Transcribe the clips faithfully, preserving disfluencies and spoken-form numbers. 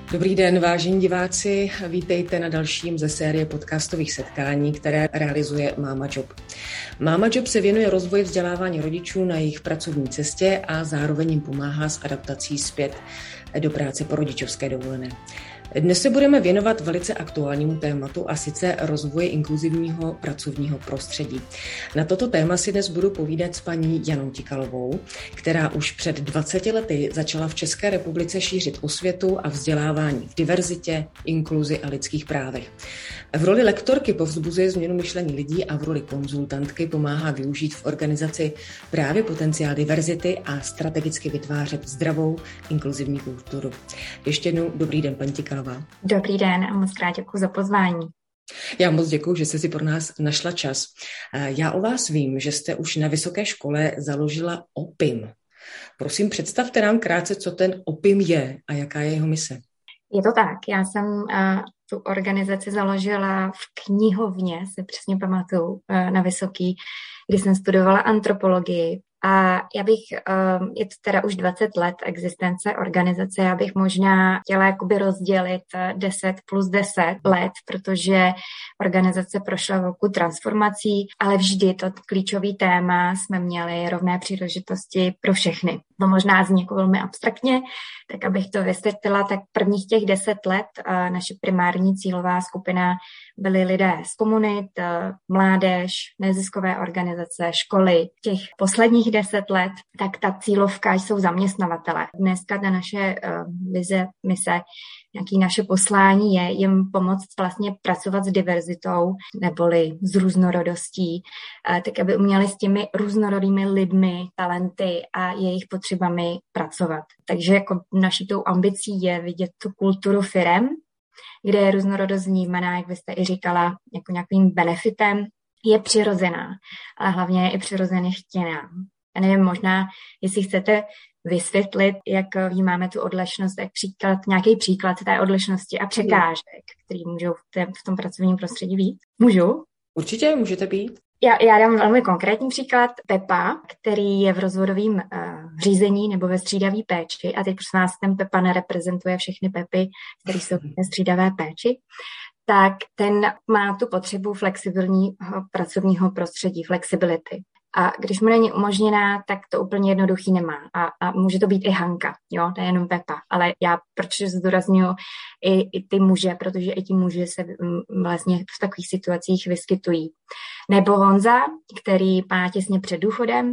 Dobrý den, vážení diváci, vítejte na dalším ze série podcastových setkání, které realizuje Máma Job. Máma Job se věnuje rozvoji vzdělávání rodičů na jejich pracovní cestě a zároveň jim pomáhá s adaptací zpět do práce po rodičovské dovolené. Dnes se budeme věnovat velice aktuálnímu tématu, a sice rozvoji inkluzivního pracovního prostředí. Na toto téma si dnes budu povídat s paní Janou Tikalovou, která už před dvaceti lety začala v České republice šířit osvětu a vzdělávání v diverzitě, inkluzi a lidských právech. V roli lektorky povzbuzuje změnu myšlení lidí a v roli konzultantky pomáhá využít v organizaci právě potenciál diverzity a strategicky vytvářet zdravou inkluzivní kulturu. Ještě jednou dobrý den, paní Tikalová. Dobrý den a moc krát děkuji za pozvání. Já moc děkuji, že jste si pro nás našla čas. Já o vás vím, že jste už na vysoké škole založila O P I M. Prosím, představte nám krátce, co ten O P I M je a jaká je jeho mise. Je to tak. Já jsem uh, tu organizaci založila v knihovně, se přesně pamatuju, uh, na Vysoký, kdy jsem studovala antropologii. A já bych, je to teda už dvacet let existence organizace, já bych možná chtěla jakoby rozdělit deset plus deset let, protože organizace prošla velkou transformací, ale vždy to klíčový téma jsme měli rovné příležitosti pro všechny. To možná zní jako velmi abstraktně, tak abych to vysvětlila, tak prvních těch deset let naše primární cílová skupina byli lidé z komunit, mládež, neziskové organizace, školy. Těch posledních deset let, tak ta cílovka jsou zaměstnavatele. Dneska ta naše uh, vize, mise, nějaký naše poslání je jim pomoct vlastně pracovat s diverzitou neboli s různorodostí, uh, tak aby uměli s těmi různorodými lidmi, talenty a jejich potřebami pracovat. Takže jako naší tou ambicí je vidět tu kulturu firem, kde je různorodost vnímaná, jak vy jste i říkala, jako nějakým benefitem, je přirozená, ale hlavně je i přirozeně chtěná. Já nevím, možná, jestli chcete vysvětlit, jak vnímáme tu odlišnost, jak příklad, nějaký příklad té odlišnosti a překážek, které můžou v, té, v tom pracovním prostředí být. Můžu? Určitě, můžete být. Já, já dám velmi konkrétní příklad. Pepa, který je v rozvodovém uh, řízení nebo ve střídavé péči, a teď prosím vás, ten Pepa nereprezentuje všechny Pepy, které jsou ve střídavé péči, tak ten má tu potřebu flexibilního pracovního prostředí, flexibility. A když mu není umožněná, tak to úplně jednoduchý nemá. A, a může to být i Hanka, jo, to je jenom Pepa. Ale já proč zdůrazňuji i, i ty muže, protože i ti muži se m, vlastně v takových situacích vyskytují. Nebo Honza, který má těsně před důchodem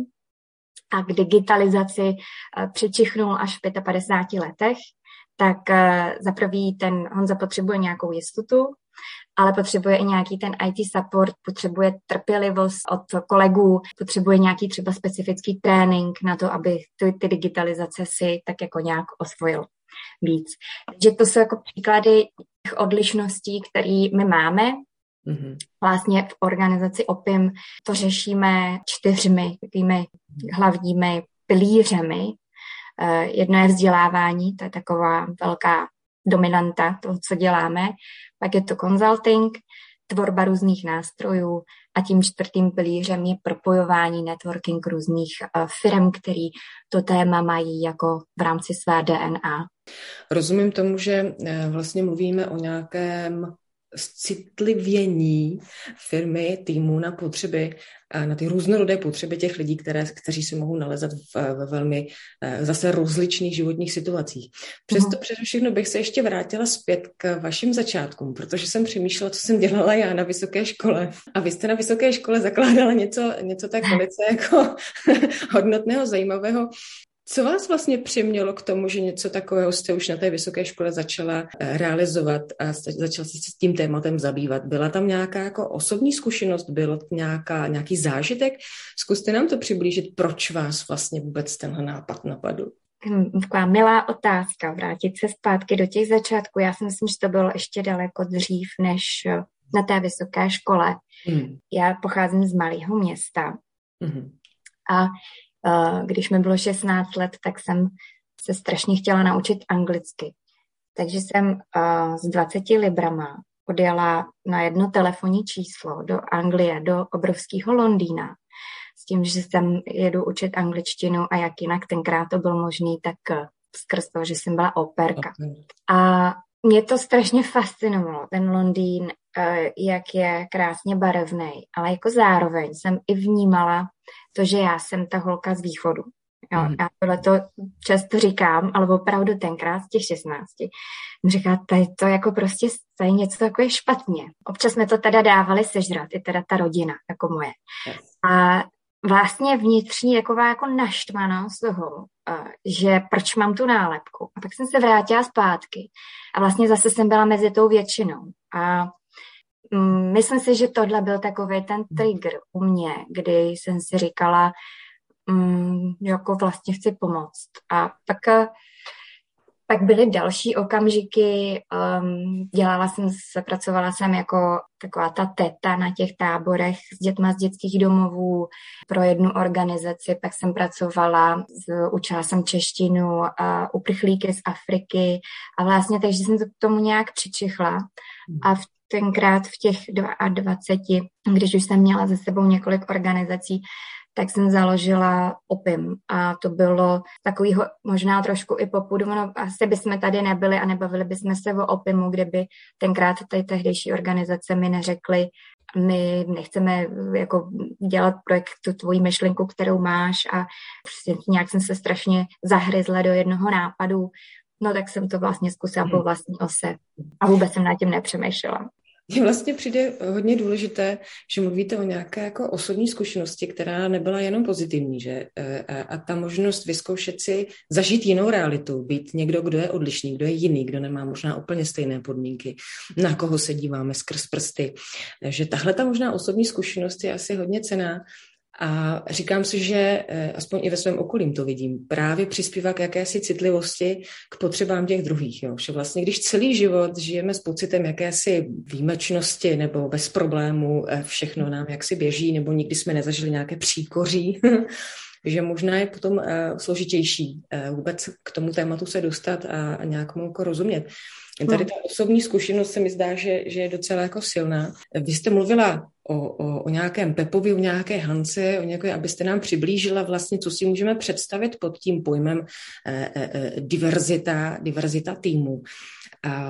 a k digitalizaci přičichnul až v padesát pěti letech, tak za prvý ten Honza potřebuje nějakou jistotu, ale potřebuje i nějaký ten í té support, potřebuje trpělivost od kolegů, potřebuje nějaký třeba specifický trénink na to, aby ty, ty digitalizace si tak jako nějak osvojil víc. Takže to jsou jako příklady těch odlišností, které my máme. Mm-hmm. Vlastně v organizaci O P I M to řešíme čtyřmi takovými hlavními pilířemi. Jedno je vzdělávání, to je taková velká dominanta toho, co děláme. Pak je to consulting, tvorba různých nástrojů a tím čtvrtým pilířem je propojování, networking různých firm, který to téma mají jako v rámci své D N A. Rozumím tomu, že vlastně mluvíme o nějakém citlivění firmy, týmu na potřeby, na ty různorodé potřeby těch lidí, které, kteří se mohou nalezat ve velmi zase rozličných životních situacích. Přesto přes všechno bych se ještě vrátila zpět k vašim začátkům, protože jsem přemýšlela, co jsem dělala já na vysoké škole. A vy jste na vysoké škole zakládala něco, něco tak velice jako hodnotného, zajímavého. Co vás vlastně přimělo k tomu, že něco takového jste už na té vysoké škole začala realizovat a začala se s tím tématem zabývat? Byla tam nějaká jako osobní zkušenost, byl nějaká, nějaký zážitek? Zkuste nám to přiblížit, proč vás vlastně vůbec tenhle nápad napadl. Taková milá otázka, vrátit se zpátky do těch začátků. Já si myslím, že to bylo ještě daleko dřív, než na té vysoké škole. Hmm. Já pocházím z malého města hmm. a když mi bylo šestnáct let, tak jsem se strašně chtěla naučit anglicky. Takže jsem uh, s dvaceti librama odjela na jedno telefonní číslo do Anglie, do obrovského Londýna. S tím, že jsem jedu učit angličtinu a jak jinak tenkrát to bylo možný, tak skrz to, že jsem byla operka. Okay. A mě to strašně fascinovalo, ten Londýn, jak je krásně barevný, ale jako zároveň jsem i vnímala to, že já jsem ta holka z východu. Jo, mm. Já tohle to často říkám, ale opravdu tenkrát z těch šestnácti mi říká, tady to jako prostě tady něco takové špatně. Občas jsme to teda dávali sežrat, i teda ta rodina, jako moje. Yes. A vlastně vnitřní taková jako naštvanost toho, že proč mám tu nálepku. A pak jsem se vrátila zpátky a vlastně zase jsem byla mezi tou většinou. A mm, myslím si, že tohle byl takový ten trigger u mě, kdy jsem si říkala, mm, jako vlastně chci pomoct. A pak, pak byly další okamžiky, um, dělala jsem, pracovala jsem jako taková ta teta na těch táborech s dětma z dětských domovů pro jednu organizaci, pak jsem pracovala, s, učila jsem češtinu a uprchlíky z Afriky a vlastně takže jsem to k tomu nějak přičichla a v tenkrát v těch dvaceti dva, když už jsem měla za sebou několik organizací, tak jsem založila Opim a to bylo takovýho možná trošku i popudu. No, asi bychom tady nebyli a nebavili bychom se o Opimu, kdyby tenkrát tady tehdejší organizace mi neřekly, my nechceme jako dělat projekt tu tvoji myšlenku, kterou máš a prostě nějak jsem se strašně zahryzla do jednoho nápadu. No tak jsem to vlastně zkusila po vlastní ose a vůbec jsem nad tím nepřemýšlela. Mně vlastně přijde hodně důležité, že mluvíte o nějaké jako osobní zkušenosti, která nebyla jenom pozitivní, že? A ta možnost vyzkoušet si, zažít jinou realitu, být někdo, kdo je odlišný, kdo je jiný, kdo nemá možná úplně stejné podmínky, na koho se díváme skrz prsty. Že tahle ta možná osobní zkušenost je asi hodně cenná. A říkám si, že aspoň i ve svém okolí to vidím, právě přispívá k jakési citlivosti k potřebám těch druhých. Jo. Že vlastně, když celý život žijeme s pocitem jakési výjimečnosti nebo bez problémů, všechno nám jaksi běží, nebo nikdy jsme nezažili nějaké příkoří, že možná je potom složitější vůbec k tomu tématu se dostat a nějak mu jako rozumět. Tady ta osobní zkušenost se mi zdá, že, že je docela jako silná. Vy jste mluvila o, o, o nějakém Pepovi, o nějaké Hance, o nějaké, abyste nám přiblížila vlastně, co si můžeme představit pod tím pojmem eh, eh, diverzita, diverzita týmu. A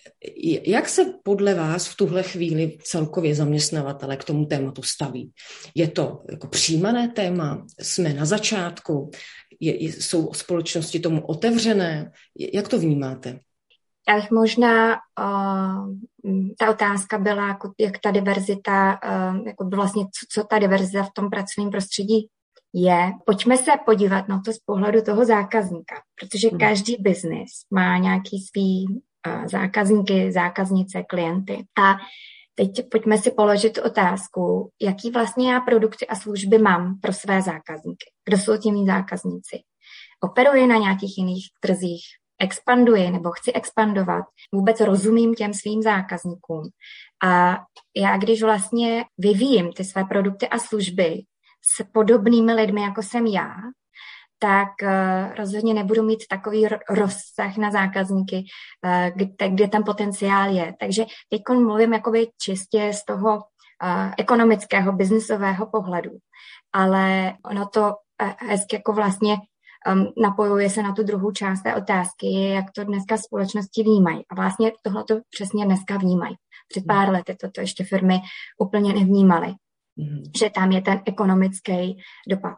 jak se podle vás v tuhle chvíli celkově zaměstnavatele k tomu tématu staví? Je to jako přijímané téma? Jsme na začátku? Je, jsou společnosti tomu otevřené? Jak to vnímáte? Já bych možná, uh, ta otázka byla, jako, jak ta diverzita, uh, jako vlastně, co, co ta diverzita v tom pracovním prostředí je. Pojďme se podívat na to z pohledu toho zákazníka, protože každý biznis má nějaký svý uh, zákazníky, zákaznice, klienty. A teď pojďme si položit otázku, jaký vlastně já produkty a služby mám pro své zákazníky. Kdo jsou ti mý zákazníci? Operuji na nějakých jiných trzích? Expanduji nebo chci expandovat, vůbec rozumím těm svým zákazníkům. A já, když vlastně vyvíjím ty své produkty a služby s podobnými lidmi, jako jsem já, tak uh, rozhodně nebudu mít takový rozsah na zákazníky, uh, kde, kde ten potenciál je. Takže teď mluvím jakoby čistě z toho uh, ekonomického, biznisového pohledu. Ale ono to uh, hezky jako vlastně Um, napojuje se na tu druhou část té otázky, jak to dneska společnosti vnímají. A vlastně tohle to přesně dneska vnímají. Před pár lety toto ještě firmy úplně nevnímaly, mm. že tam je ten ekonomický dopad.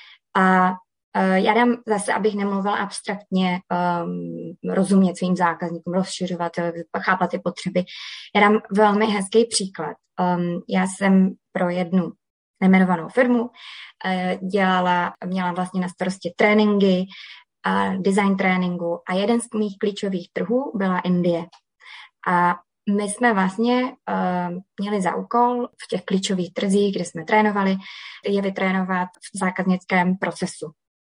A uh, já dám zase, abych nemluvila abstraktně, um, rozumět svým zákazníkům, rozšiřovat, chápat ty potřeby. Já dám velmi hezký příklad. Um, já jsem pro jednu nejmenovanou firmu, dělala, měla vlastně na starosti tréninky a design tréninku a jeden z mých klíčových trhů byla Indie. A my jsme vlastně uh, měli za úkol v těch klíčových trzích, kde jsme trénovali, je vytrénovat v zákaznickém procesu.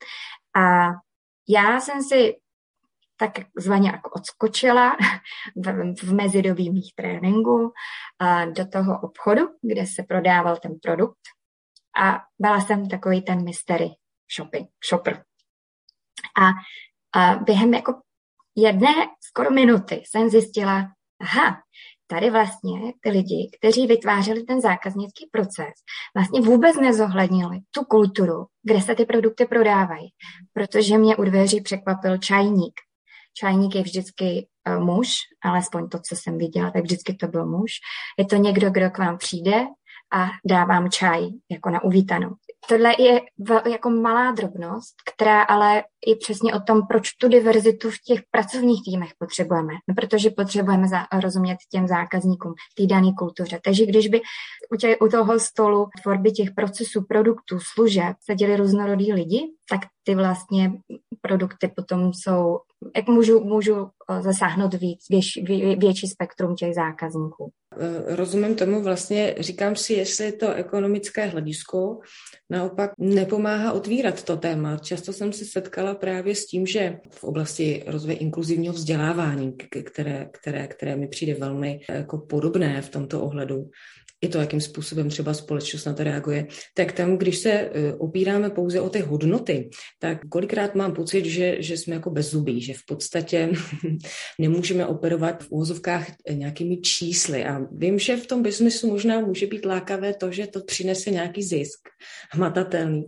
A já jsem si takzvaně jako odskočila v, v mezidobí mých tréninků do toho obchodu, kde se prodával ten produkt a byla jsem takový ten mystery shopping, shopper. A, a během jako jedné skoro minuty jsem zjistila, aha, tady vlastně ty lidi, kteří vytvářeli ten zákaznický proces, vlastně vůbec nezohlednili tu kulturu, kde se ty produkty prodávají, protože mě u dveří překvapil čajník. Čajník je vždycky muž, alespoň to, co jsem viděla, tak vždycky to byl muž. Je to někdo, kdo k vám přijde a dá vám čaj, jako na uvítanou. Tohle je jako malá drobnost, která ale je přesně o tom, proč tu diverzitu v těch pracovních týmech potřebujeme. No, protože potřebujeme za, rozumět těm zákazníkům, té dané kultuře. Takže když by u, tě, u toho stolu tvorby těch procesů, produktů, služeb seděli různorodí lidi, tak ty vlastně produkty potom jsou, jak můžu, můžu zasáhnout víc, věč, vě, větší spektrum těch zákazníků. Rozumím tomu, vlastně říkám si, jestli to ekonomické hledisko naopak nepomáhá otvírat to téma. Často jsem se setkala právě s tím, že v oblasti rozvoje inkluzivního vzdělávání, které, které, které mi přijde velmi jako podobné v tomto ohledu, i to, jakým způsobem třeba společnost na to reaguje, tak tam, když se opíráme pouze o ty hodnoty, tak kolikrát mám pocit, že, že jsme jako bezzubí, že v podstatě nemůžeme operovat v úvozovkách nějakými čísly. A vím, že v tom biznesu možná může být lákavé to, že to přinese nějaký zisk hmatatelný.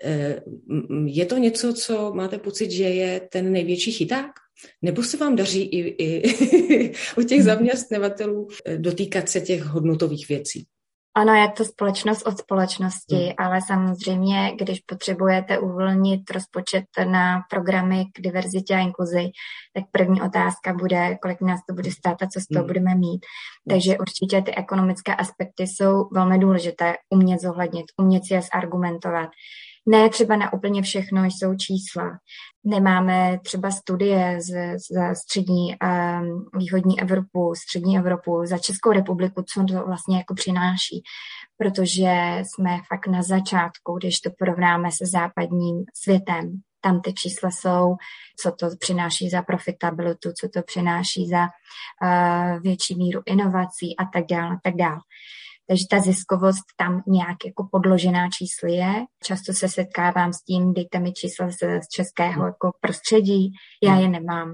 Je to něco, co máte pocit, že je ten největší chyták? Nebo se vám daří i, i u těch zaměstnavatelů dotýkat se těch hodnotových věcí? Ano, je to společnost od společnosti, hmm. ale samozřejmě, když potřebujete uvolnit rozpočet na programy k diverzitě a inkluzi, tak první otázka bude, kolik nás to bude stát a co z toho hmm. budeme mít. Takže určitě ty ekonomické aspekty jsou velmi důležité umět zohlednit, umět si je zargumentovat. Ne třeba na úplně všechno jsou čísla. Nemáme třeba studie z, za střední a východní Evropu, střední Evropu, za Českou republiku, co to vlastně jako přináší. Protože jsme fakt na začátku, když to porovnáme se západním světem. Tam ty čísla jsou, co to přináší za profitabilitu, co to přináší za uh, větší míru inovací a tak dále, a tak dále. Takže ta ziskovost tam nějak jako podložená čísly je. Často se setkávám s tím, dejte mi čísla z, z českého jako prostředí, já je nemám.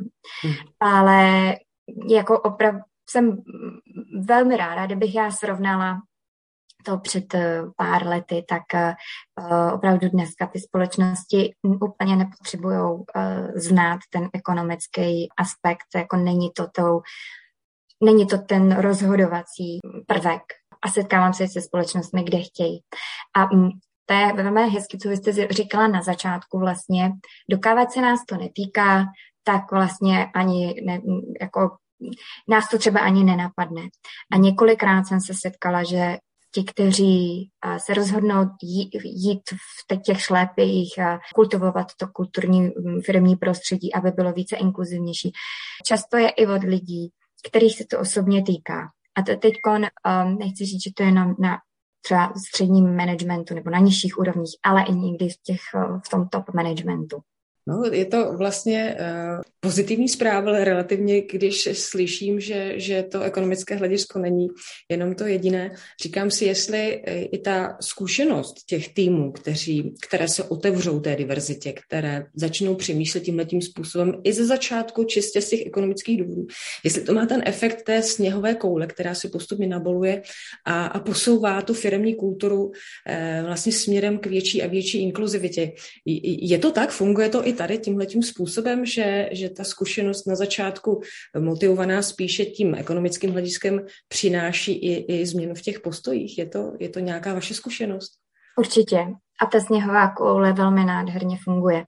Ale jako opravdu jsem velmi ráda, kdybych já srovnala to před pár lety, tak uh, opravdu dneska ty společnosti úplně nepotřebují uh, znát ten ekonomický aspekt, jako není to, tou, není to ten rozhodovací prvek. A setkávám se se společnostmi, kde chtějí. A to je velmi hezky, co vy jste říkala na začátku vlastně. Dokávat se nás to netýká, tak vlastně ani ne, jako nás to třeba ani nenapadne. A několikrát jsem se setkala, že ti, kteří se rozhodnou jít v těch šlépích a kultivovat to kulturní firemní prostředí, aby bylo více inkluzivnější, často je i od lidí, kterých se to osobně týká. A to teďkon, um, nechci říct, že to je na, na třeba středním managementu nebo na nižších úrovních, ale i někdy v, těch, v tom top managementu. No, je to vlastně uh, pozitivní zpráva, ale relativně, když slyším, že, že to ekonomické hledisko není jenom to jediné. Říkám si, jestli i ta zkušenost těch týmů, kteří, které se otevřou té diverzitě, které začnou přemýšlet tímhletím způsobem i ze začátku čistě z těch ekonomických důvodů, jestli to má ten efekt té sněhové koule, která se postupně naboluje a, a posouvá tu firemní kulturu eh, vlastně směrem k větší a větší inkluzivitě. Je to tak? Funguje to i tady tímhletím způsobem, že, že ta zkušenost na začátku motivovaná spíše tím ekonomickým hlediskem přináší i, i změnu v těch postojích? Je to, je to nějaká vaše zkušenost? Určitě. A ta sněhová koule velmi nádherně funguje.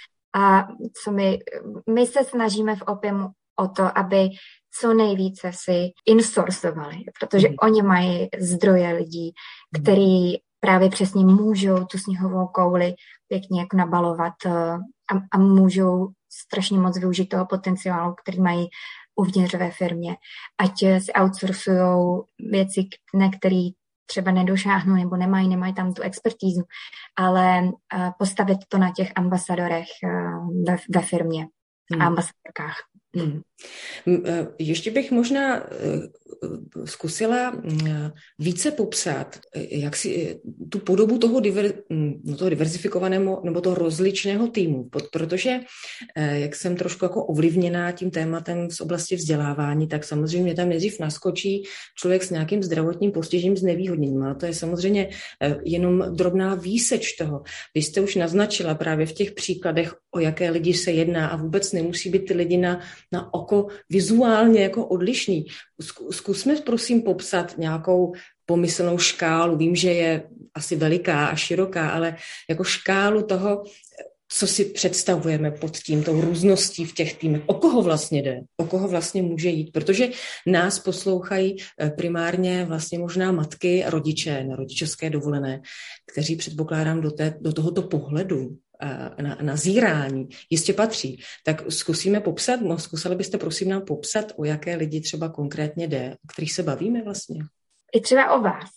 A co my, my se snažíme v Opimu o to, aby co nejvíce si insourcovali, protože mm. oni mají zdroje lidí, který právě přesně můžou tu sněhovou kouli pěkně jako nabalovat a, a můžou strašně moc využít toho potenciálu, který mají uvnitř ve firmě. Ať si outsourcujou věci, na které třeba nedošáhnou nebo nemají, nemají tam tu expertízu, ale postavit to na těch ambasadorech ve, ve firmě a ambasadorkách. Hmm. Ještě bych možná zkusila více popsat, jak si tu podobu toho, diver, no toho diverzifikovaného nebo toho rozličného týmu, protože jak jsem trošku jako ovlivněná tím tématem z oblasti vzdělávání, tak samozřejmě tam nejdřív naskočí člověk s nějakým zdravotním postižením, znevýhodněním, ale to je samozřejmě jenom drobná výseč toho. Vy jste už naznačila právě v těch příkladech, o jaké lidi se jedná a vůbec nemusí být ty lidi na, na oko vizuálně jako odlišný. Zkusme prosím popsat nějakou pomyslnou škálu. Vím, že je asi veliká a široká, ale jako škálu toho, co si představujeme pod tím, tou růzností v těch týmech. O koho vlastně jde? O koho vlastně může jít? Protože nás poslouchají primárně vlastně možná matky a rodiče na rodičovské dovolené, kteří předpokládám do, té, do tohoto pohledu na, na zírání jistě patří. Tak zkusíme popsat, no, zkusili byste prosím nám popsat, o jaké lidi třeba konkrétně jde, o kterých se bavíme vlastně? I třeba o vás.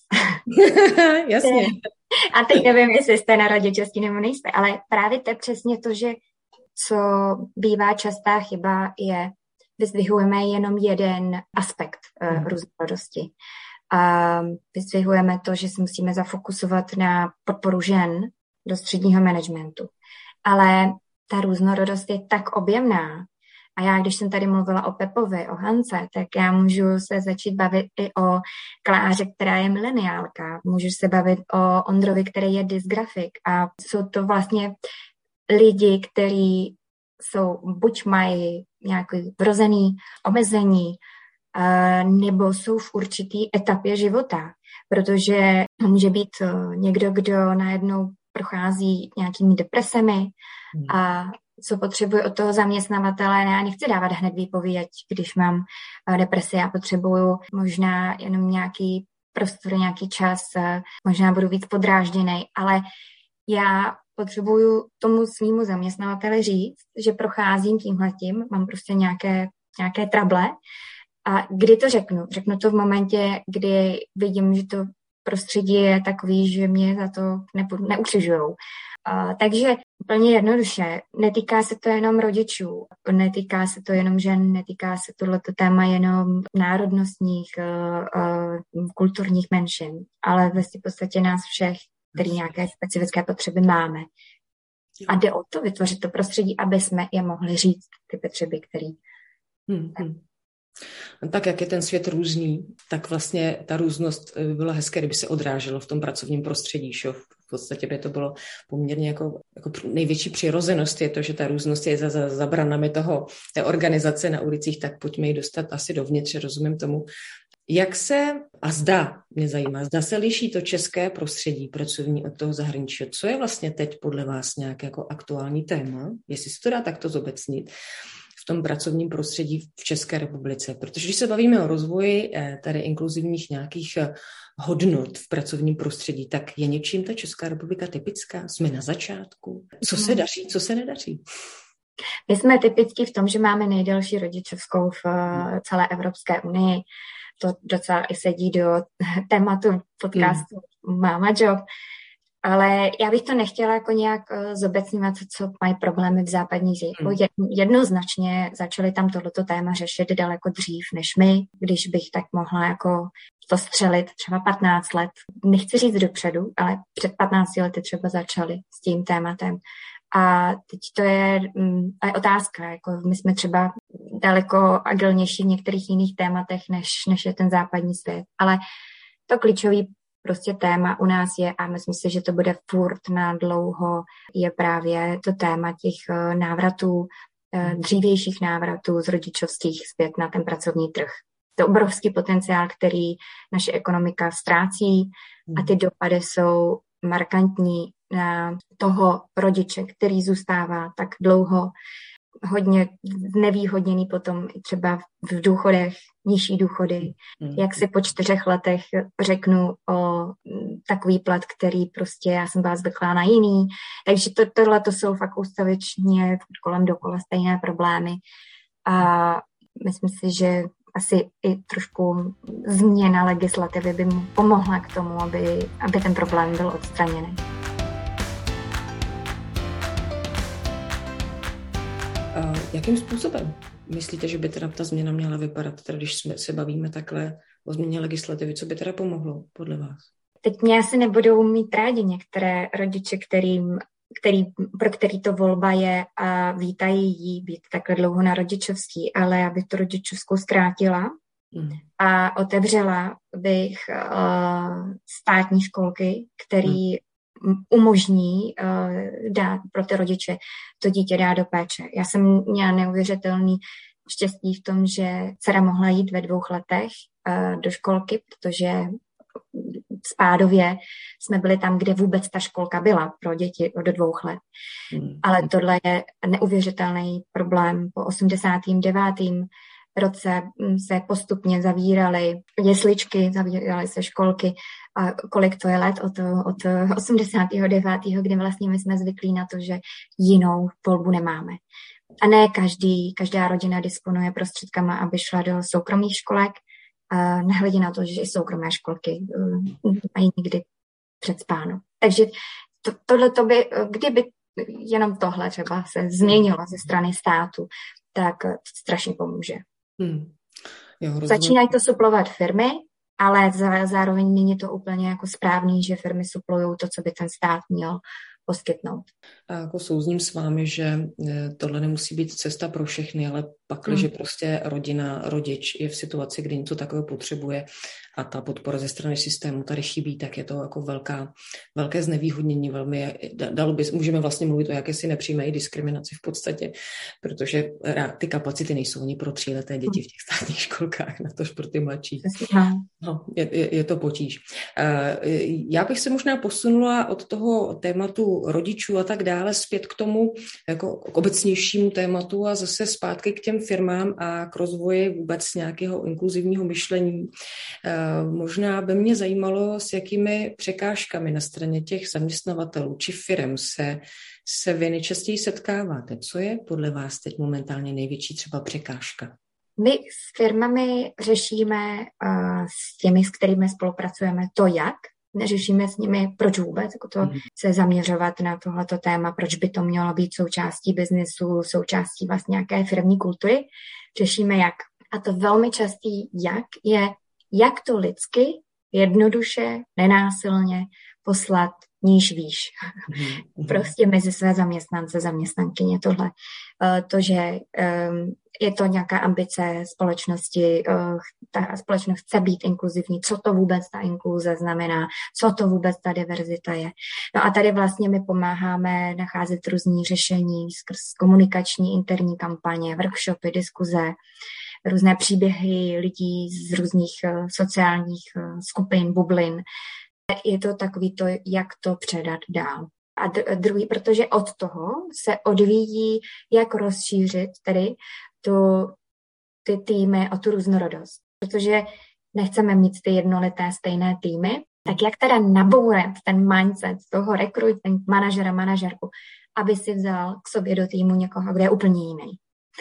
Jasně. A teď nevím, jestli jste na rodičovství nebo nejste, ale právě to je přesně to, že co bývá častá chyba je, vyzdvihujeme jenom jeden aspekt uh, různorodosti. A vyzdvihujeme to, že se musíme zafokusovat na podporu žen do středního managementu. Ale ta různorodost je tak objemná. A já, když jsem tady mluvila o Pepovi, o Hance, tak já můžu se začít bavit i o Kláře, která je mileniálka. Můžu se bavit o Ondrovi, který je dysgrafik. A jsou to vlastně lidi, kteří jsou, buď mají nějaký vrozený omezení, nebo jsou v určitý etapě života. Protože může být někdo, kdo najednou prochází nějakými depresemi hmm. a co potřebuje od toho zaměstnavatele. Já nechci dávat hned výpověď, když mám depresi, já potřebuju možná jenom nějaký prostor, nějaký čas, možná budu víc podrážděnej, ale já potřebuju tomu svýmu zaměstnavateli říct, že procházím tímhletím, mám prostě nějaké, nějaké trable a kdy to řeknu? Řeknu to v momentě, kdy vidím, že to prostředí je takový, že mě za to neutěžujou. Uh, takže úplně jednoduše, netýká se to jenom rodičů, netýká se to jenom žen, netýká se tohleto téma jenom národnostních, uh, uh, kulturních menšin, ale v podstatě nás všech, který nějaké specifické potřeby máme. A jde o to vytvořit to prostředí, aby jsme je mohli říct, ty potřeby, které... Hmm, hmm. Tak jak je ten svět různý, tak vlastně ta různost by byla hezké, kdyby se odráželo v tom pracovním prostředí. Šo? V podstatě by to bylo poměrně jako, jako největší přirozenost je to, že ta různost je za, za, za branami toho, té organizace na ulicích, tak pojďme ji dostat asi dovnitř, rozumím tomu. Jak se, a zda, mě zajímá, zda se liší to české prostředí pracovní od toho zahraničí. Co je vlastně teď podle vás nějaké jako aktuální téma, jestli se to dá takto zobecnit, v tom pracovním prostředí v České republice. Protože když se bavíme o rozvoji tady inkluzivních nějakých hodnot v pracovním prostředí, tak je něčím ta Česká republika typická? Jsme na začátku? Co se daří, co se nedaří? My jsme typický v tom, že máme nejdelší rodičovskou v celé Evropské unii. To docela i sedí do tématu podcastu hmm. Máma Job. Ale já bych to nechtěla jako nějak zobecňovat, co mají problémy v západní zemi. Hmm. Jednoznačně začali tam tohleto téma řešit daleko dřív než my, když bych tak mohla jako to střelit třeba patnáct let. Nechci říct dopředu, ale před patnácti lety třeba začali s tím tématem. A teď to je, a je otázka, jako my jsme třeba daleko agilnější v některých jiných tématech, než, než je ten západní svět. Ale to klíčový prostě téma u nás je, a myslím si, že to bude furt na dlouho, je právě to téma těch návratů, dřívějších návratů z rodičovských zpět na ten pracovní trh. To je obrovský potenciál, který naše ekonomika ztrácí a ty dopady jsou markantní na toho rodiče, který zůstává tak dlouho, hodně nevýhodněný potom třeba v důchodech, nižší důchody, mm. jak si po čtyřech letech řeknu o takový plat, který prostě já jsem byla zvyklá na jiný. Takže to, tohle to jsou fakt ústavičně kolem dokola stejné problémy. A myslím si, že asi i trošku změna legislativy by mu pomohla k tomu, aby, aby ten problém byl odstraněný. A jakým způsobem myslíte, že by teda ta změna měla vypadat, teda když jsme se bavíme takhle o změně legislativy. Co by teda pomohlo podle vás? Teď mě asi nebudou mít rádi některé rodiče, kterým, který, pro který to volba je a vítají jí být takhle dlouho na rodičovský, ale já bych tu rodičovskou zkrátila mm. a otevřela bych uh, státní školky, který mm. umožní uh, dát pro ty rodiče to dítě dát do péče. Já jsem měla neuvěřitelný štěstí v tom, že dcera mohla jít ve dvou letech uh, do školky, protože v Spádově jsme byli tam, kde vůbec ta školka byla pro děti do dvou let. Hmm. Ale tohle je neuvěřitelný problém. Po osmdesátém devátém roce se postupně zavíraly jesličky, zavíraly se školky. A kolik to je let od, od osmdesátého devátého, kdy vlastně my jsme zvyklí na to, že jinou volbu nemáme. A ne každý, každá rodina disponuje prostředkama, aby šla do soukromých školek. Uh, nehledě na to, že i soukromé školky uh, mají někdy předspáno. Takže to, tohle to by, kdyby jenom tohle třeba se změnilo ze strany státu, tak to strašně pomůže. Hmm. Jo, Začínají to suplovat firmy, ale zá, zároveň není to úplně jako správný, že firmy suplují to, co by ten stát měl poskytnout. A jako souzním s vámi, že tohle nemusí být cesta pro všechny, ale pak, hmm. že prostě rodina, rodič je v situaci, kdy něco takového potřebuje a ta podpora ze strany systému tady chybí, tak je to jako velká, velké znevýhodnění. Velmi, dalo by, můžeme vlastně mluvit o jakési nepřímé diskriminaci v podstatě, protože ty kapacity nejsou ani pro tříleté děti v těch státních školkách, natož pro ty mladší. No, je, je, je to potíž. Já bych se možná posunula od toho tématu rodičů a tak dále zpět k tomu jako k obecnějšímu tématu a zase zpátky k těm firmám a k rozvoji vůbec nějakého inkluzivního myšlení. Možná by mě zajímalo, s jakými překážkami na straně těch zaměstnavatelů či firm se, se vy nejčastěji setkáváte. Co je podle vás teď momentálně největší třeba překážka? My s firmami řešíme uh, s těmi, s kterými spolupracujeme, to jak. Neřešíme s nimi, proč vůbec, jako to mm. se zaměřovat na tohleto téma, proč by to mělo být součástí biznesu, součástí vlastně nějaké firmní kultury. Řešíme jak. A to velmi častý jak je, jak to lidsky, jednoduše, nenásilně poslat níž výš. Mm. Prostě mezi své zaměstnance, zaměstnankyně tohle. To, že je to nějaká ambice společnosti, ta společnost chce být inkluzivní, co to vůbec ta inkluze znamená, co to vůbec ta diverzita je. No a tady vlastně my pomáháme nacházet různý řešení skrz komunikační interní kampaně, workshopy, diskuze, různé příběhy lidí z různých sociálních skupin, bublin. Je to takový to, jak to předat dál. A druhý, protože od toho se odvíjí, jak rozšířit tedy tu, ty týmy o tu různorodost. Protože nechceme mít ty jednolité stejné týmy, tak jak teda nabourat ten mindset toho recruiting manažera, manažerku, aby si vzal k sobě do týmu někoho, kdo je úplně jiný.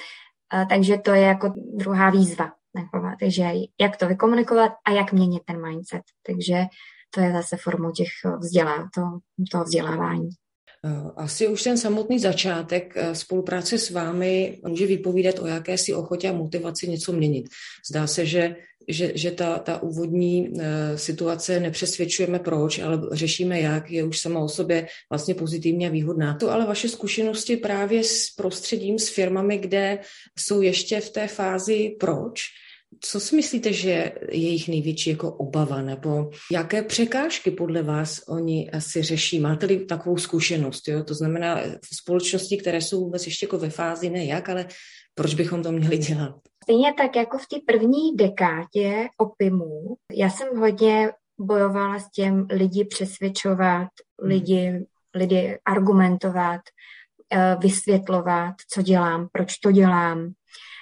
A takže to je jako druhá výzva. Takže jak to vykomunikovat a jak měnit ten mindset. Takže to je zase formou těch vzdělá, to, toho vzdělávání. Asi už ten samotný začátek spolupráce s vámi může vypovídat o jakési ochotě a motivaci něco měnit. Zdá se, že, že, že ta, ta úvodní situace nepřesvědčujeme proč, ale řešíme jak, je už sama o sobě vlastně pozitivně a výhodná. To ale vaše zkušenosti právě s prostředím, s firmami, kde jsou ještě v té fázi proč, co si myslíte, že je jejich největší jako obava, nebo jaké překážky podle vás oni asi řeší? Máte-li takovou zkušenost? Jo? To znamená v společnosti, které jsou vůbec ještě jako ve fázi ne jak, ale proč bychom to měli dělat? Stejně tak jako v té první dekádě opimů, já jsem hodně bojovala s tím lidi přesvědčovat, lidi, lidi argumentovat, vysvětlovat, co dělám, proč to dělám.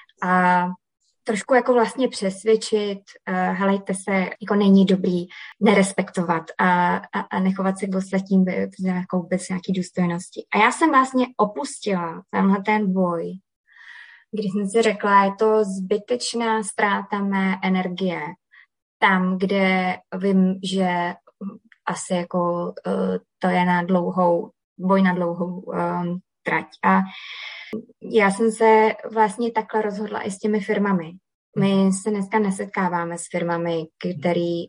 A trošku jako vlastně přesvědčit, uh, helejte se, jako není dobrý nerespektovat a, a, a nechovat se k ostatním bez, jako bez nějaký důstojnosti. A já jsem vlastně opustila tenhle ten boj, když jsem si řekla, je to zbytečná ztráta mé energie tam, kde vím, že asi jako uh, to je na dlouhou, boj na dlouhou um, trať. A já jsem se vlastně takhle rozhodla i s těmi firmami. My se dneska nesetkáváme s firmami, který,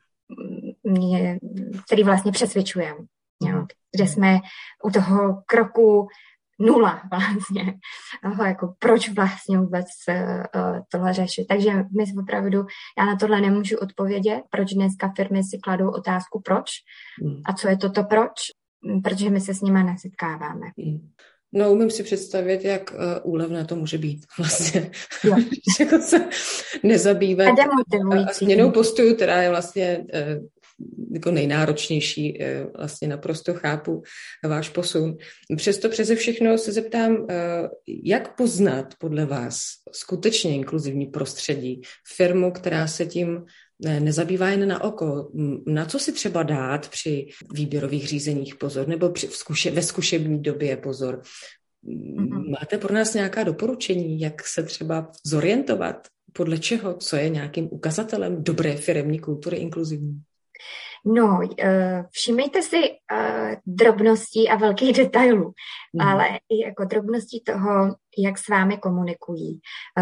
mě, který vlastně přesvědčujeme, jo, kde jsme u toho kroku nula vlastně. Aha, jako proč vlastně vůbec uh, tohle řešit. Takže my opravdu, já na tohle nemůžu odpovědět, proč dneska firmy si kladou otázku proč a co je toto proč, protože my se s nimi nesetkáváme. No, umím si představit, jak uh, úlevné to může být vlastně. Jako se nezabývat a změnou postoju, která je vlastně uh, jako nejnáročnější, uh, vlastně naprosto chápu váš posun. Přesto přeze všechno se zeptám, uh, jak poznat podle vás skutečně inkluzivní prostředí, firmu, která se tím nezabývá jen na oko. Na co si třeba dát při výběrových řízeních pozor, nebo při zkuše, ve zkušební době pozor? Máte pro nás nějaká doporučení, jak se třeba zorientovat? Podle čeho? Co je nějakým ukazatelem dobré firemní kultury inkluzivní? No, všimejte si drobností a velkých detailů, mm. ale i jako drobností toho, jak s vámi komunikují.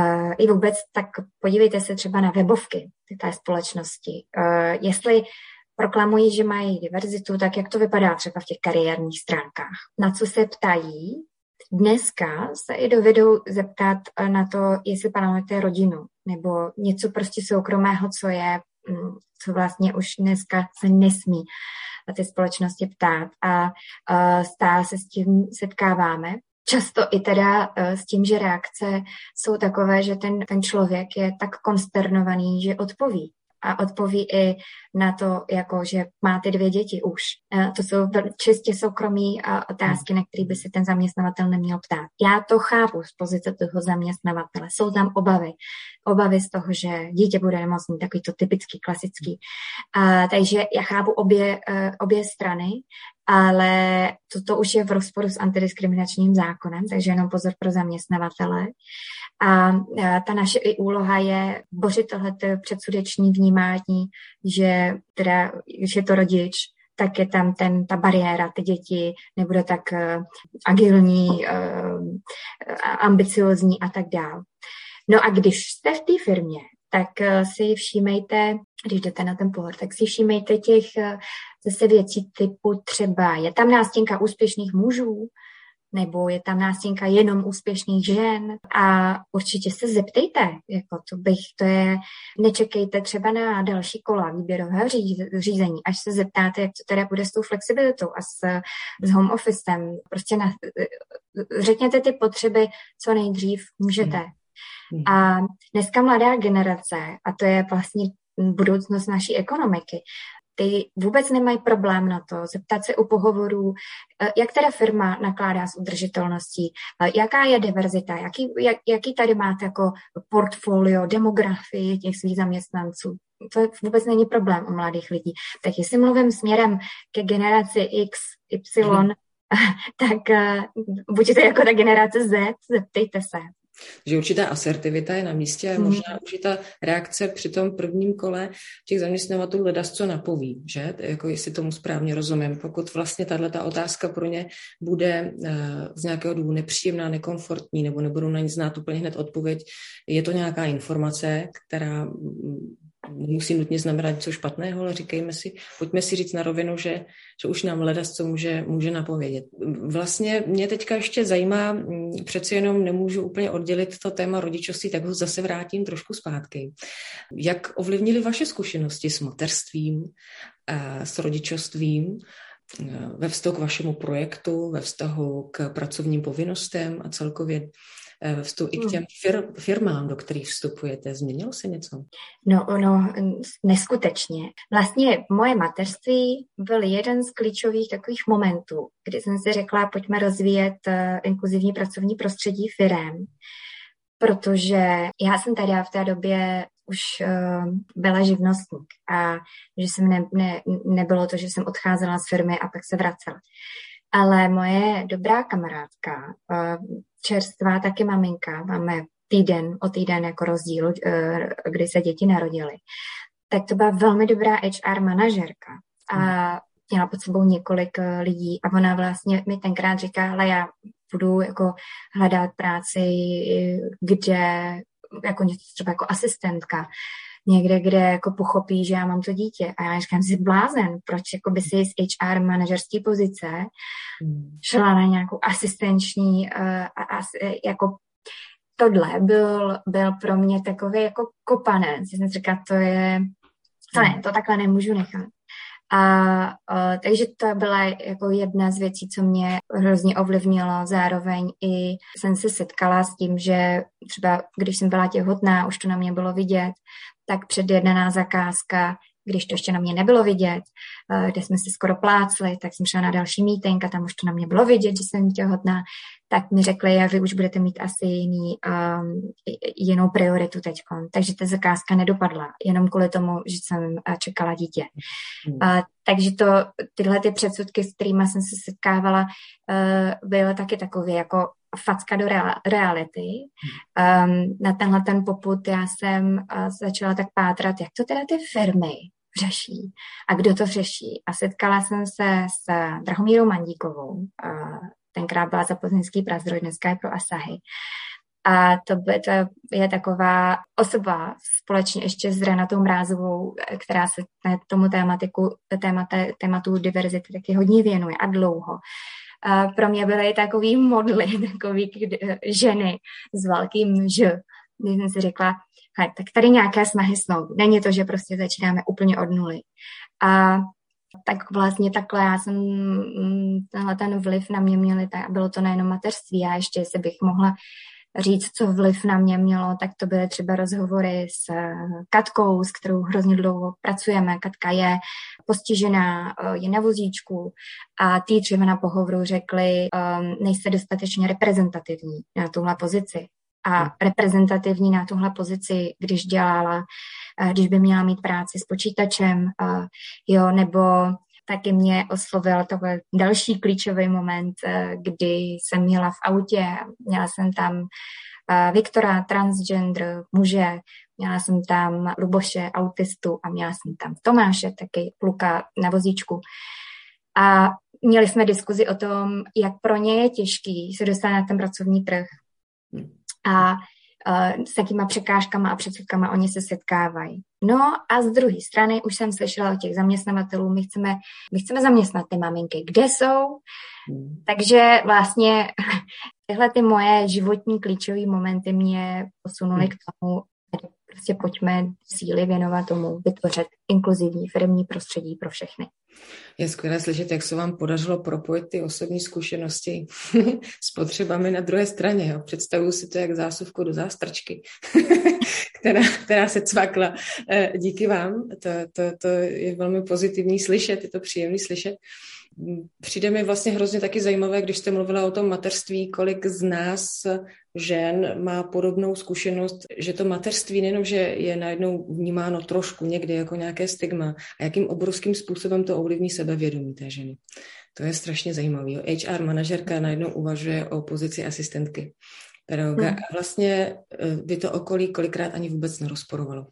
I vůbec tak podívejte se třeba na webovky té společnosti. Jestli proklamují, že mají diverzitu, tak jak to vypadá třeba v těch kariérních stránkách. Na co se ptají? Dneska se i dovedou zeptat na to, jestli plánujete rodinu, nebo něco prostě soukromého, co je co vlastně už dneska se nesmí na té společnosti ptát a stále se s tím setkáváme. Často i teda s tím, že reakce jsou takové, že ten, ten člověk je tak konsternovaný, že odpoví. A odpoví i na to, jako, že máte dvě děti už. To jsou čistě soukromí otázky, na které by se ten zaměstnavatel neměl ptát. Já to chápu z pozice toho zaměstnavatele. Jsou tam obavy. Obavy z toho, že dítě bude nemocný, takový to typický, klasický. A, takže já chápu obě, obě strany, ale toto už je v rozporu s antidiskriminačním zákonem, takže jenom pozor pro zaměstnavatele. A ta naše i úloha je bořit tohleto předsudečné vnímání, že teda, když je to rodič, tak je tam ten, ta bariéra, ty děti nebude tak uh, agilní, uh, ambiciozní a tak dále. No a když jste v té firmě, tak uh, si všímejte, když jdete na ten pohled, tak si všímejte těch uh, zase věcí typu třeba, je tam nástěnka úspěšných mužů, nebo je tam nástěnka jenom úspěšných žen a určitě se zeptejte, jako to bych, to je, nečekejte třeba na další kola výběrového řízení, až se zeptáte, jak to teda bude s tou flexibilitou a s, s home officem. Prostě na, řekněte ty potřeby, co nejdřív můžete. A dneska mladá generace, a to je vlastně budoucnost naší ekonomiky, ty vůbec nemají problém na to zeptat se u pohovorů, jak teda firma nakládá s udržitelností, jaká je diverzita, jaký, jak, jaký tady máte jako portfolio, demografii těch svých zaměstnanců. To vůbec není problém u mladých lidí. Tak jestli mluvím směrem ke generaci X, Y, hmm. tak buďte jako ta generace Z, zeptejte se. Že určitá asertivita je na místě a možná mm. určitá reakce při tom prvním kole těch zaměstnavatelů ledasco napoví, že? Jako jestli tomu správně rozumím. Pokud vlastně tato otázka pro ně bude uh, z nějakého důvodu nepříjemná, nekomfortní, nebo nebudou na ní znát úplně hned odpověď, je to nějaká informace, která nemusí nutně znamenat něco špatného, ale říkejme si, pojďme si říct na rovinu, že, že už nám ledasco může, může napovědět. Vlastně mě teďka ještě zajímá, přeci jenom nemůžu úplně oddělit to téma rodičovství, tak ho zase vrátím trošku zpátky. Jak ovlivnily vaše zkušenosti s mateřstvím, s rodičovstvím, ve vztahu k vašemu projektu, ve vztahu k pracovním povinnostem a celkově ve vztahu i k těm fir- firmám, do kterých vstupujete? Změnilo se něco? No, no, neskutečně. Vlastně moje mateřství byl jeden z klíčových takových momentů, kdy jsem si řekla, pojďme rozvíjet uh, inkluzivní pracovní prostředí firem, protože já jsem tady v té době už uh, byla živnostník a že jsem ne, ne, nebylo to, že jsem odcházela z firmy a pak se vracela. Ale moje dobrá kamarádka, čerstvá taky maminka, máme týden o týden jako rozdíl, kdy se děti narodily, tak to byla velmi dobrá H R manažerka a měla pod sebou několik lidí a ona vlastně mi tenkrát říká, ale já budu jako hledat práci, kde jako něco třeba jako asistentka, někde, kde jako pochopí, že já mám to dítě. A já říkám, jsi blázen, proč jako by si z H R manažerské pozice šla na nějakou asistenční, uh, as, jako tohle byl, byl pro mě takový jako kopanec. Jsem si říkala, to je, to ne, to takhle nemůžu nechat. A uh, takže to byla jako jedna z věcí, co mě hrozně ovlivnilo. Zároveň i jsem se setkala s tím, že třeba když jsem byla těhotná, už to na mě bylo vidět, tak předjednaná zakázka, když to ještě na mě nebylo vidět, uh, kde jsme se skoro plácli, tak jsem šla na další meeting a tam už to na mě bylo vidět, že jsem těhotná, tak mi řekli, jak vy už budete mít asi jiný, um, jinou prioritu teďkon. Takže ta zakázka nedopadla, jenom kvůli tomu, že jsem čekala dítě. Hmm. Uh, takže to, tyhle ty předsudky, s kterými jsem se setkávala, uh, byly taky takové jako facka do reality. Um, na tenhle ten popud já jsem uh, začala tak pátrat, jak to teda ty firmy řeší a kdo to řeší. A setkala jsem se s Drahomírou Mandíkovou, uh, tenkrát byla za Plzeňský Prazdroj, dneska je pro Asahi. A to, by, to je taková osoba společně ještě s Renatou Mrázovou, která se tomu tématiku, témate, tématu diverzity taky hodně věnuje a dlouho. A pro mě byly takový modly, takový ženy s velkým Ž. Když jsem si řekla, hej, tak tady nějaké snahy snou. Není to, že prostě začínáme úplně od nuly. A tak vlastně takhle já jsem, tenhle ten vliv na mě měli, tak bylo to nejenom mateřství, a ještě se bych mohla říct, co vliv na mě mělo, tak to byly třeba rozhovory s Katkou, s kterou hrozně dlouho pracujeme. Katka je postižená, je na vozíčku a ty třeba na pohovoru řekli, um, nejste dostatečně reprezentativní na tuhle pozici. A reprezentativní na tuhle pozici, když dělala, když by měla mít práci s počítačem, jo, nebo taky mě oslovil tohle další klíčový moment, kdy jsem měla v autě, měla jsem tam Viktora, transgender, muže, měla jsem tam Luboše, autistu a měla jsem tam Tomáše, taky kluka na vozíčku. A měli jsme diskuzi o tom, jak pro ně je těžký se dostat na ten pracovní trh. A uh, s takýma překážkama a předsudkama oni se setkávají. No a z druhé strany už jsem slyšela od těch zaměstnavatelů, my chceme, my chceme zaměstnat ty maminky, kde jsou. Hmm. Takže vlastně tyhle ty moje životní klíčové momenty mě posunuly hmm. k tomu, prostě pojďme síly věnovat tomu, vytvořit inkluzivní firemní prostředí pro všechny. Je skvělé slyšet, jak se vám podařilo propojit ty osobní zkušenosti s potřebami na druhé straně. Jo. Představuju si to jak zásuvku do zástrčky, která, která se cvakla. Díky vám, to, to, to je velmi pozitivní slyšet, je to příjemný slyšet. Přijde mi vlastně hrozně taky zajímavé, když jste mluvila o tom mateřství, kolik z nás žen má podobnou zkušenost, že to mateřství nejenom, že je najednou vnímáno trošku někdy jako nějaké stigma a jakým obrovským způsobem to ovlivní sebevědomí té ženy. To je strašně zajímavé. H R manažerka najednou uvažuje o pozici asistentky pedagoga a vlastně by to okolí kolikrát ani vůbec nerozporovalo.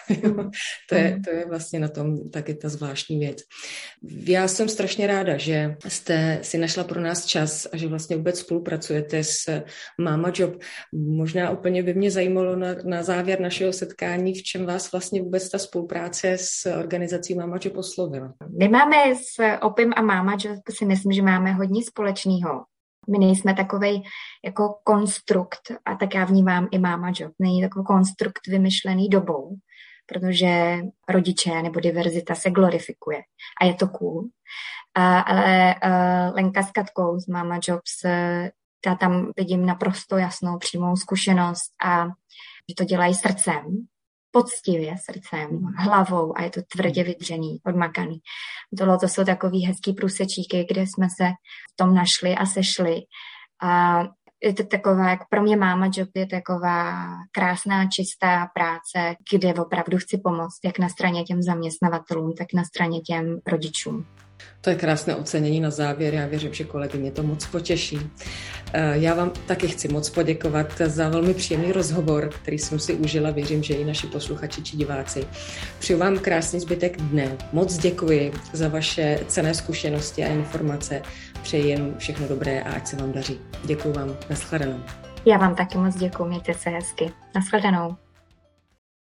to, je, to je vlastně na tom taky ta zvláštní věc. Já jsem strašně ráda, že jste si našla pro nás čas a že vlastně vůbec spolupracujete s Mama Job. Možná úplně by mě zajímalo na, na závěr našeho setkání, v čem vás vlastně vůbec ta spolupráce s organizací Mama Job oslovila. My máme s O P I M a Mama Job, si myslím, že máme hodně společného. My nejsme takovej jako konstrukt, a tak já vnímám i Mama Job, není takový konstrukt vymyšlený dobou, protože rodiče nebo diverzita se glorifikuje a je to cool. A, ale uh, Lenka s Katkou z Mama Jobs, já tam vidím naprosto jasnou přímou zkušenost a že to dělají srdcem, poctivě srdcem, hlavou a je to tvrdě vydřený, odmakaný. Tohle to jsou takový hezký průsečíky, kde jsme se v tom našli a sešli. A je to taková, jak pro mě Mama Job je taková krásná, čistá práce, kde opravdu chci pomoct, jak na straně těm zaměstnavatelům, tak na straně těm rodičům. To je krásné ocenění na závěr. Já věřím, že kolegyně to moc potěší. Já vám taky chci moc poděkovat za velmi příjemný rozhovor, který jsem si užila. Věřím, že i naši posluchači či diváci. Přeju vám krásný zbytek dne. Moc děkuji za vaše cenné zkušenosti a informace. Přeji jen všechno dobré a ať se vám daří. Děkuji vám. Nashledanou. Já vám taky moc děkuji, mějte se hezky. Naschledanou.